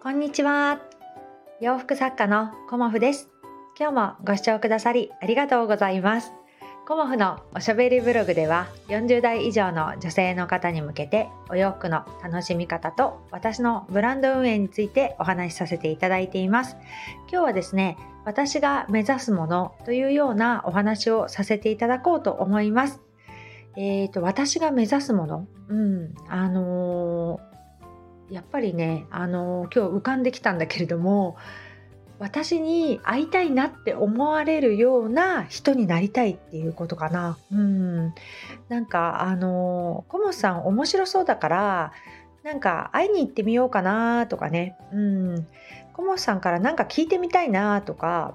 こんにちは。洋服作家のコモフです。今日もご視聴くださりありがとうございます。コモフのおしゃべりブログでは40代以上の女性の方に向けてお洋服の楽しみ方と私のブランド運営についてお話しさせていただいています。今日はですね、私が目指すものというようなお話をさせていただこうと思います。私が目指すもの、やっぱりね、今日浮かんできたんだけれども、私に会いたいなって思われるような人になりたいっていうことかな。なんかコモさん面白そうだから、なんか会いに行ってみようかなとかね。コモさんからなんか聞いてみたいなとか、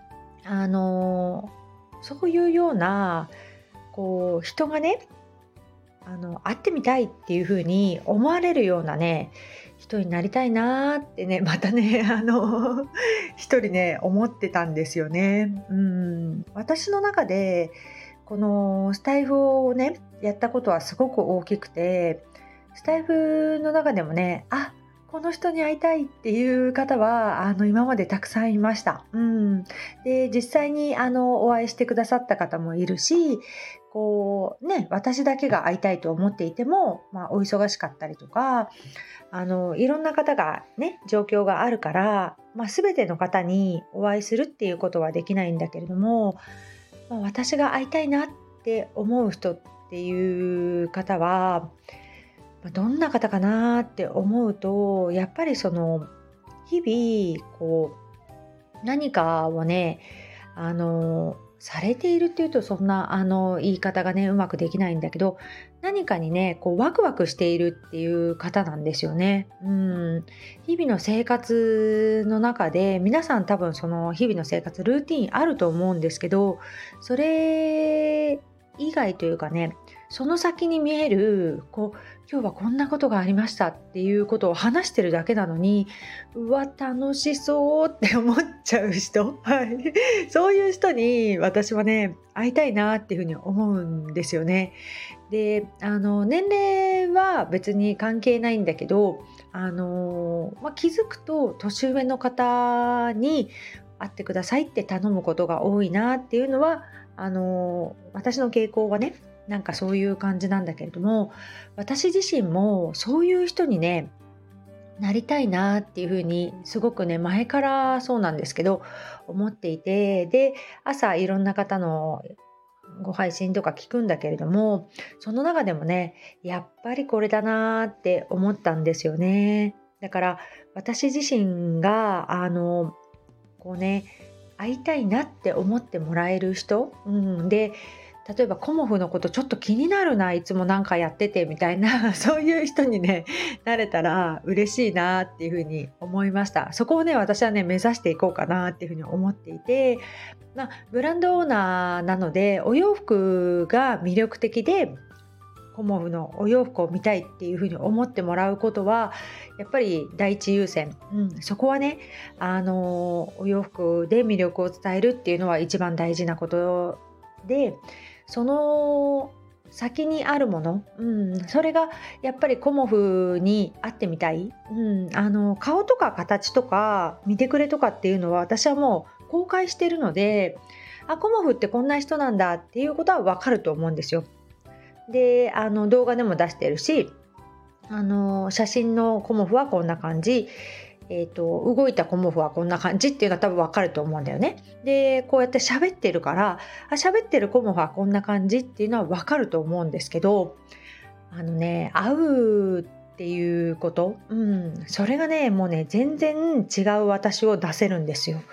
そういうような人がね、会ってみたいっていう風に思われるようなね、人になりたいなってね、またね、一人ね、思ってたんですよね。私の中で、このスタイフをね、やったことはすごく大きくて、スタイフの中でもね、この人に会いたいっていう方は、今までたくさんいました。で、実際に、お会いしてくださった方もいるし、私だけが会いたいと思っていても、お忙しかったりとか、いろんな方がね、状況があるから、全ての方にお会いするっていうことはできないんだけれども、私が会いたいなって思う人っていう方は、どんな方かなって思うと、やっぱり日々、何かをね、されているっていうとそんな言い方がねうまくできないんだけど、何かにねワクワクしているっていう方なんですよね。日々の生活の中で皆さん多分その日々の生活ルーティンあると思うんですけど、それ以外というかね、その先に見える今日はこんなことがありましたっていうことを話してるだけなのに、うわ楽しそうって思っちゃう人、はい、そういう人に私はね会いたいなっていうふうに思うんですよね。で、年齢は別に関係ないんだけど、気づくと年上の方に会ってくださいって頼むことが多いなっていうのは、私の傾向はね、なんかそういう感じなんだけれども、私自身もそういう人にねなりたいなっていうふうにすごくね前からそうなんですけど思っていて、で朝いろんな方のご配信とか聞くんだけれども、その中でもねやっぱりこれだなって思ったんですよね。だから私自身が会いたいなって思ってもらえる人、で例えばコモフのことちょっと気になるな、いつもなんかやっててみたいなそういう人にねなれたら嬉しいなっていうふうに思いました。そこをね私はね目指していこうかなっていうふうに思っていて、ブランドオーナーなのでお洋服が魅力的でコモフのお洋服を見たいっていうふうに思ってもらうことはやっぱり第一優先、そこはねお洋服で魅力を伝えるっていうのは一番大事なことで、その先にあるもの、それがやっぱりコモフに会ってみたい、顔とか形とか見てくれとかっていうのは私はもう公開してるので、コモフってこんな人なんだっていうことはわかると思うんですよ。で動画でも出してるし、写真のコモフはこんな感じ、動いたコモフはこんな感じっていうのは多分わかると思うんだよね。でこうやって喋ってるから、喋ってるコモフはこんな感じっていうのはわかると思うんですけど、会うっていうこと、それがねもうね全然違う私を出せるんですよ。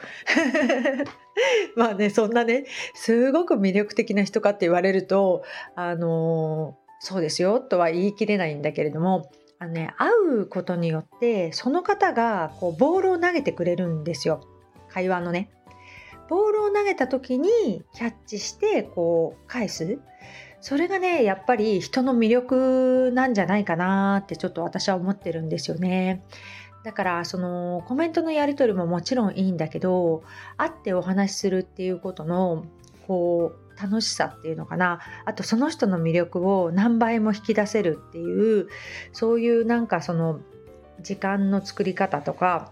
そんなねすごく魅力的な人かって言われるとそうですよとは言い切れないんだけれども、会うことによってその方がボールを投げてくれるんですよ。会話のねボールを投げた時にキャッチして返す、それがねやっぱり人の魅力なんじゃないかなってちょっと私は思ってるんですよね。だからそのコメントのやり取りももちろんいいんだけど、会ってお話しするっていうことの楽しさっていうのかな、あとその人の魅力を何倍も引き出せるっていう、そういうなんか時間の作り方とか、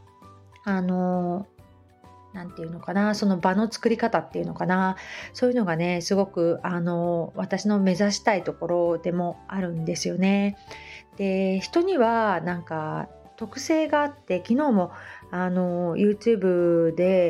なんていうのかな、その場の作り方っていうのかな、そういうのがね、すごく私の目指したいところでもあるんですよね。で、人にはなんか特性があって、昨日もYouTube で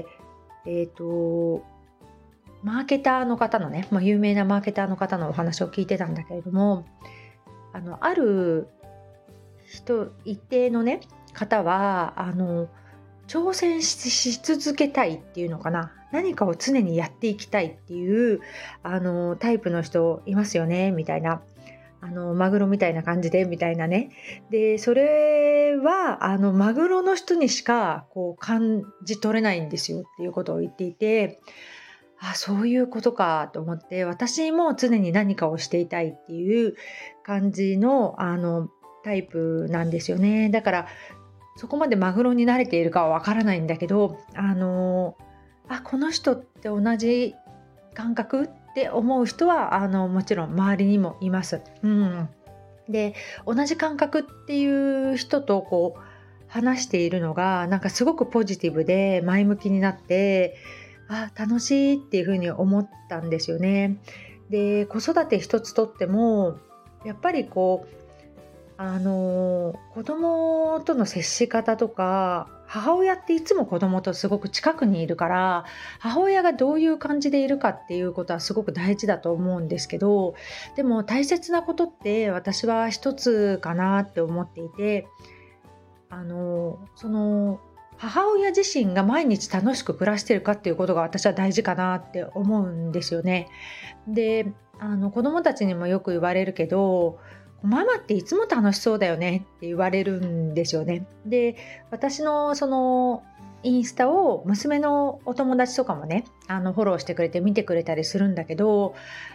マーケターの方のね、有名なマーケターの方のお話を聞いてたんだけれども、ある一定のね方は挑戦し続けたいっていうのかな、何かを常にやっていきたいっていうタイプの人いますよねみたいな、マグロみたいな感じでみたいなね。でそれはマグロの人にしかこう感じ取れないんですよっていうことを言っていて、そういうことかと思って、私も常に何かをしていたいっていう感じのタイプなんですよね。だからそこまでマグロに慣れているかはわからないんだけど、この人って同じ感覚って思う人はもちろん周りにもいます。で、同じ感覚っていう人とこう話しているのがなんかすごくポジティブで前向きになって、楽しいっていうふうに思ったんですよね。で、子育て一つとってもやっぱりこう子供との接し方とか、母親っていつも子供とすごく近くにいるから、母親がどういう感じでいるかっていうことはすごく大事だと思うんですけど、でも大切なことって私は一つかなって思っていて、その母親自身が毎日楽しく暮らしてるかっていうことが私は大事かなって思うんですよね。で、子供たちにもよく言われるけど、ママっていつも楽しそうだよねって言われるんですよね。で、私のそのインスタを娘のお友達とかもね、フォローしてくれて見てくれたりするんだけど、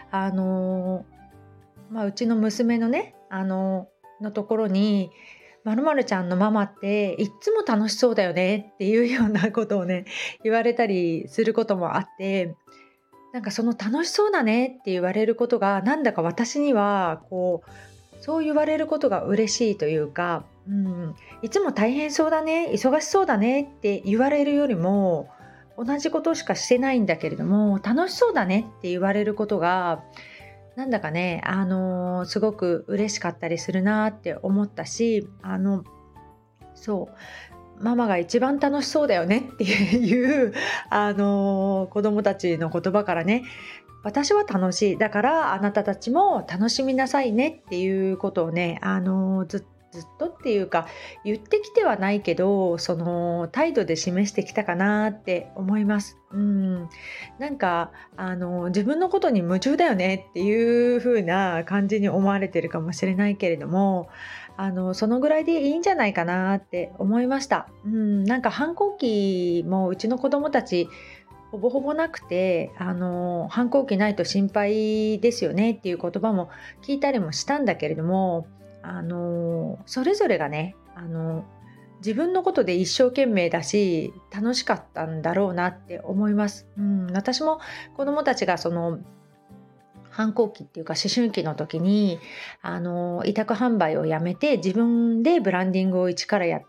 うちの娘のね、のところに、〇〇ちゃんのママっていっつも楽しそうだよねっていうようなことをね、言われたりすることもあって、なんかその楽しそうだねって言われることがなんだか私にはこうそう言われることが嬉しいというか、いつも大変そうだね、忙しそうだねって言われるよりも、同じことしかしてないんだけれども、楽しそうだねって言われることが、なんだかね、すごく嬉しかったりするなって思ったし、そう、ママが一番楽しそうだよねっていう、子供たちの言葉からね、私は楽しい。だからあなたたちも楽しみなさいねっていうことをね、ずっとっていうか言ってきてはないけど、その態度で示してきたかなって思います。なんか自分のことに夢中だよねっていう風な感じに思われてるかもしれないけれども、そのぐらいでいいんじゃないかなって思いました。なんか反抗期もうちの子供たちほぼほぼなくて、反抗期ないと心配ですよねっていう言葉も聞いたりもしたんだけれども、それぞれがね、自分のことで一生懸命だし楽しかったんだろうなって思います。私も子供たちがその反抗期っていうか思春期の時に委託販売をやめて自分でブランディングを一からやって、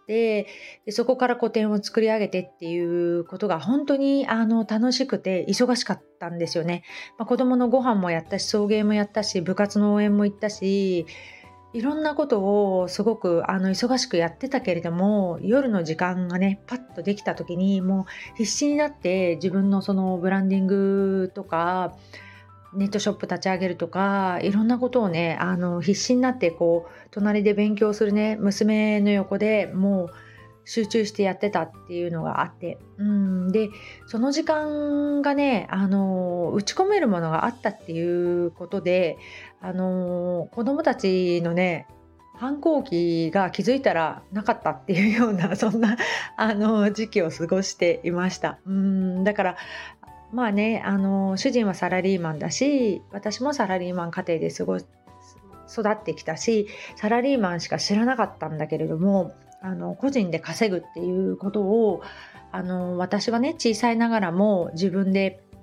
でそこから個展を作り上げてっていうことが本当に楽しくて忙しかったんですよね。子供のご飯もやったし、送迎もやったし、部活の応援も行ったし、いろんなことをすごく忙しくやってたけれども、夜の時間がねパッとできた時にもう必死になって自分のそのブランディングとかネットショップ立ち上げるとか、いろんなことをね必死になってこう隣で勉強するね娘の横でもう集中してやってたっていうのがあって、でその時間がね打ち込めるものがあったっていうことで、子供たちのね反抗期が気づいたらなかったっていうようなそんな時期を過ごしていました。だからまあね、主人はサラリーマンだし、私もサラリーマン家庭で育ってきたし、サラリーマンしか知らなかったんだけれども、個人で稼ぐっていうことを私はね小さいながらも自分で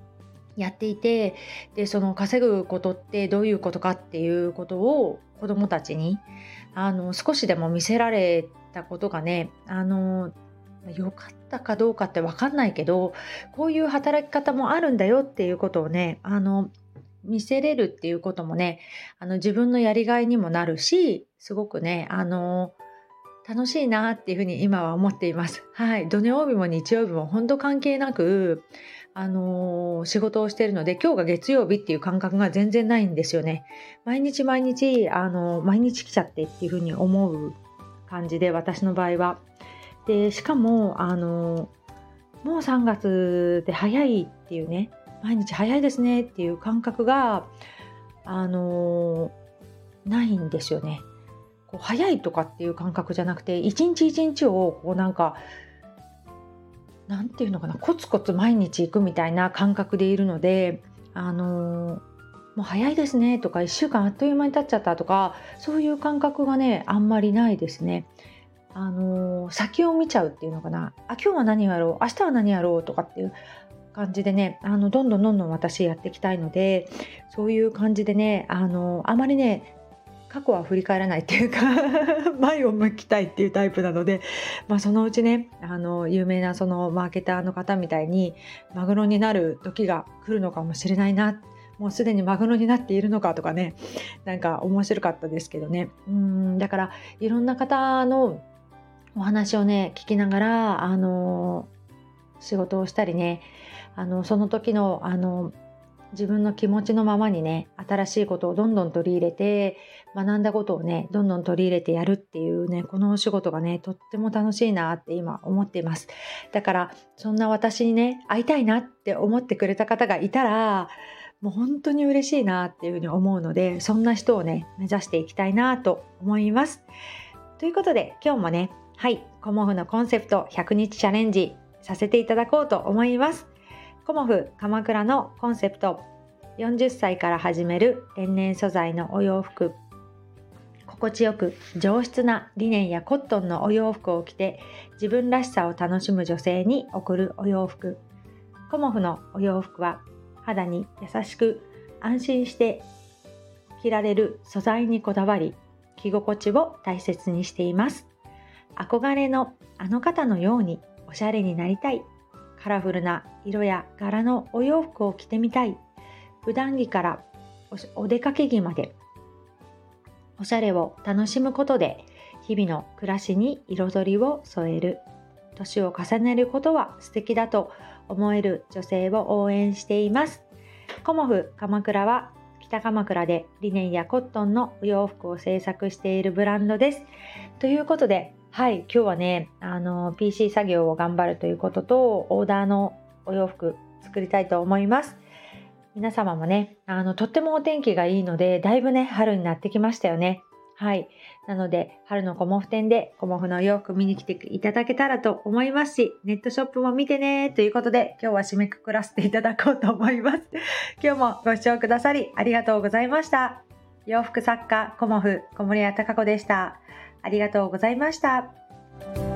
やっていて、でその稼ぐことってどういうことかっていうことを子どもたちに少しでも見せられたことがね、良かったかどうかって分かんないけど、こういう働き方もあるんだよっていうことをね、見せれるっていうこともね、自分のやりがいにもなるし、すごくね、楽しいなっていうふうに今は思っています。はい。土曜日も日曜日も本当関係なく、仕事をしているので、今日が月曜日っていう感覚が全然ないんですよね。毎日毎日、毎日来ちゃってっていうふうに思う感じで、私の場合は。で、しかも、もう3月で早いっていうね、毎日早いですねっていう感覚が、ないんですよね。こう早いとかっていう感覚じゃなくて、一日一日をこうなんか、なんていうのかな、コツコツ毎日行くみたいな感覚でいるので、もう早いですねとか、1週間あっという間に経っちゃったとか、そういう感覚がね、あんまりないですね。先を見ちゃうっていうのかな。今日は何やろう、明日は何やろうとかっていう感じでね、どんどんどんどん私やっていきたいので、そういう感じでね、あまりね、過去は振り返らないっていうか前を向きたいっていうタイプなので、そのうちね、有名なそのマーケターの方みたいにマグロになる時が来るのかもしれないな、もうすでにマグロになっているのかとかね、なんか面白かったですけどね。だからいろんな方のお話をね聞きながら仕事をしたりね、その時の自分の気持ちのままにね、新しいことをどんどん取り入れて、学んだことをね、どんどん取り入れてやるっていうね、このお仕事がね、とっても楽しいなって今思っています。だから、そんな私にね、会いたいなって思ってくれた方がいたら、もう本当に嬉しいなっていうふうに思うので、そんな人をね、目指していきたいなと思います。ということで、今日もね、はい、コモフのコンセプト100日チャレンジさせていただこうと思います。コモフ鎌倉のコンセプト、40歳から始める天然素材のお洋服、心地よく上質なリネンやコットンのお洋服を着て自分らしさを楽しむ女性に贈るお洋服。コモフのお洋服は肌に優しく安心して着られる素材にこだわり、着心地を大切にしています。憧れのあの方のようにおしゃれになりたい、カラフルな色や柄のお洋服を着てみたい、普段着からお出かけ着までおしゃれを楽しむことで日々の暮らしに彩りを添える、年を重ねることは素敵だと思える女性を応援しています。コモフ鎌倉は北鎌倉でリネンやコットンのお洋服を制作しているブランドです。ということで、はい、今日はね、PC 作業を頑張るということと、オーダーのお洋服作りたいと思います。皆様もね、とってもお天気がいいので、だいぶね、春になってきましたよね。はい。なので、春のコモフ展でコモフのお洋服見に来ていただけたらと思いますし、ネットショップも見てねということで、今日は締めくくらせていただこうと思います。今日もご視聴くださりありがとうございました。洋服作家コモフ小森屋隆子でした。ありがとうございました。